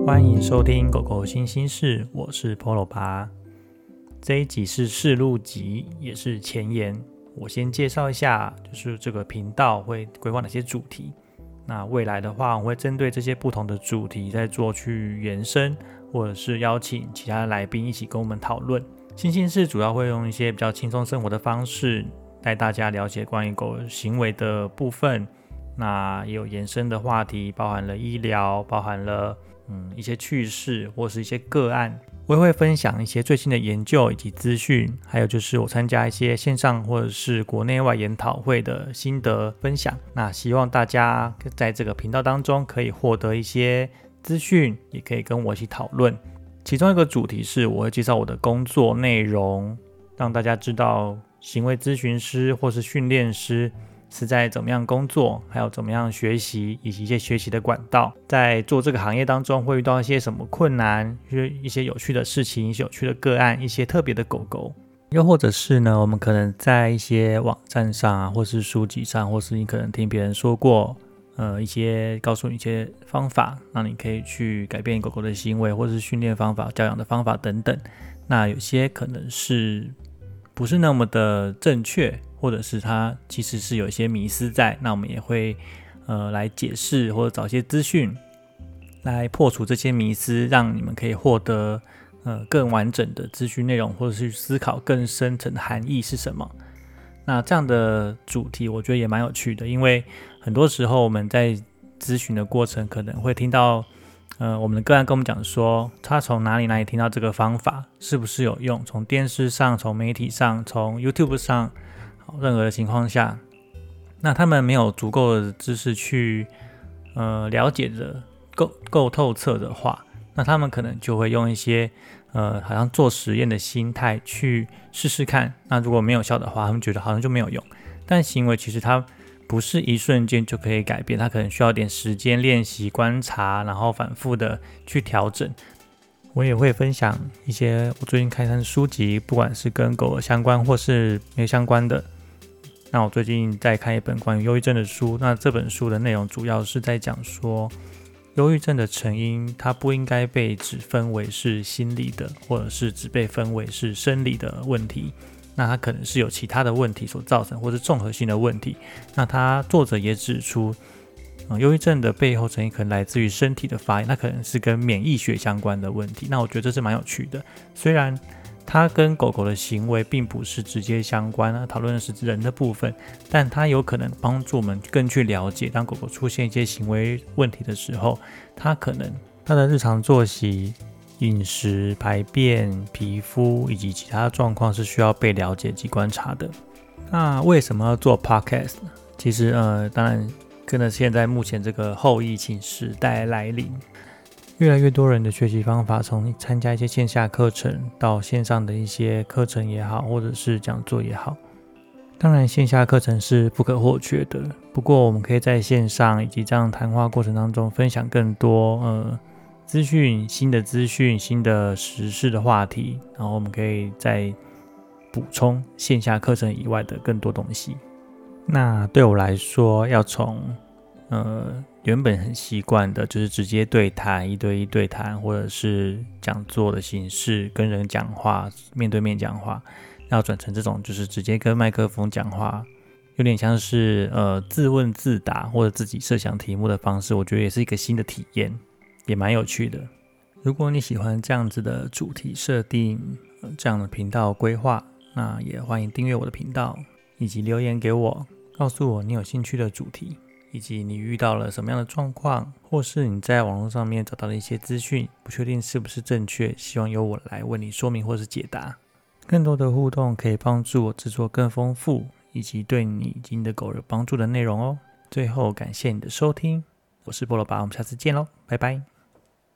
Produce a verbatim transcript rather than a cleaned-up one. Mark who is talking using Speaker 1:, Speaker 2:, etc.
Speaker 1: 欢迎收听狗狗新心事，我是 Polo 爸。这一集是试录集，也是前言。我先介绍一下，就是这个频道会规划哪些主题。那未来的话，我会针对这些不同的主题再做去延伸，或者是邀请其他的来宾一起跟我们讨论。新心事主要会用一些比较轻松生活的方式，带大家了解关于狗行为的部分。那也有延伸的话题，包含了医疗，包含了嗯一些趣事或是一些个案。我也会分享一些最新的研究以及资讯，还有就是我参加一些线上或者是国内外研讨会的心得分享。那希望大家在这个频道当中可以获得一些资讯，也可以跟我一起讨论。其中一个主题是我会介绍我的工作内容，让大家知道行为咨询师或是训练师是在怎么样工作，还有怎么样学习，以及一些学习的管道。在做这个行业当中会遇到一些什么困难，一些有趣的事情，一些有趣的个案，一些特别的狗狗。又或者是呢，我们可能在一些网站上啊，或是书籍上，或是你可能听别人说过呃，一些告诉你一些方法，让你可以去改变狗狗的行为，或是训练方法、教养的方法等等。那有些可能是不是那么的正确，或者是它其实是有一些迷思在，那我们也会呃来解释或者找一些资讯来破除这些迷思，让你们可以获得呃更完整的资讯内容，或者是思考更深层的含义是什么。那这样的主题我觉得也蛮有趣的，因为很多时候我们在咨询的过程可能会听到呃，我们的个案跟我们讲说他从哪里哪里听到这个方法，是不是有用，从电视上，从媒体上，从 YouTube 上，任何的情况下，那他们没有足够的知识去呃了解的够够透彻的话，那他们可能就会用一些呃好像做实验的心态去试试看，那如果没有效的话，他们觉得好像就没有用。但行为其实它不是一瞬间就可以改变，它可能需要点时间练习、观察，然后反复的去调整。我也会分享一些我最近看的书籍，不管是跟狗相关或是没相关的。那我最近在看一本关于忧郁症的书，那这本书的内容主要是在讲说，忧郁症的成因它不应该被只分为是心理的，或者是只被分为是生理的问题。那它可能是有其他的问题所造成，或是综合性的问题。那他作者也指出，嗯，忧郁症的背后成因可能来自于身体的发炎，它可能是跟免疫学相关的问题。那我觉得这是蛮有趣的，虽然它跟狗狗的行为并不是直接相关啊，讨论的是人的部分，但它有可能帮助我们更去了解，当狗狗出现一些行为问题的时候，它可能它的日常作息、饮食、排便、皮肤以及其他状况是需要被了解及观察的。那为什么要做 podcast 呢？其实呃，当然跟着现在目前这个后疫情时代来临，越来越多人的学习方法，从参加一些线下课程到线上的一些课程也好，或者是讲座也好。当然线下课程是不可或缺的，不过我们可以在线上以及这样谈话过程当中分享更多呃资讯、新的资讯、新的时事的话题，然后我们可以再补充线下课程以外的更多东西。那对我来说，要从呃原本很习惯的就是直接对谈、一对一对谈，或者是讲座的形式跟人讲话、面对面讲话，要转成这种就是直接跟麦克风讲话，有点像是呃自问自答或者自己设想题目的方式，我觉得也是一个新的体验，也蛮有趣的。如果你喜欢这样子的主题设定、呃、这样的频道规划，那也欢迎订阅我的频道，以及留言给我，告诉我你有兴趣的主题，以及你遇到了什么样的状况，或是你在网络上面找到的一些资讯，不确定是不是正确，希望由我来为你说明或是解答。更多的互动可以帮助我制作更丰富，以及对你以及你的狗有帮助的内容哦。最后感谢你的收听，我是菠萝爸，我们下次见咯，拜拜。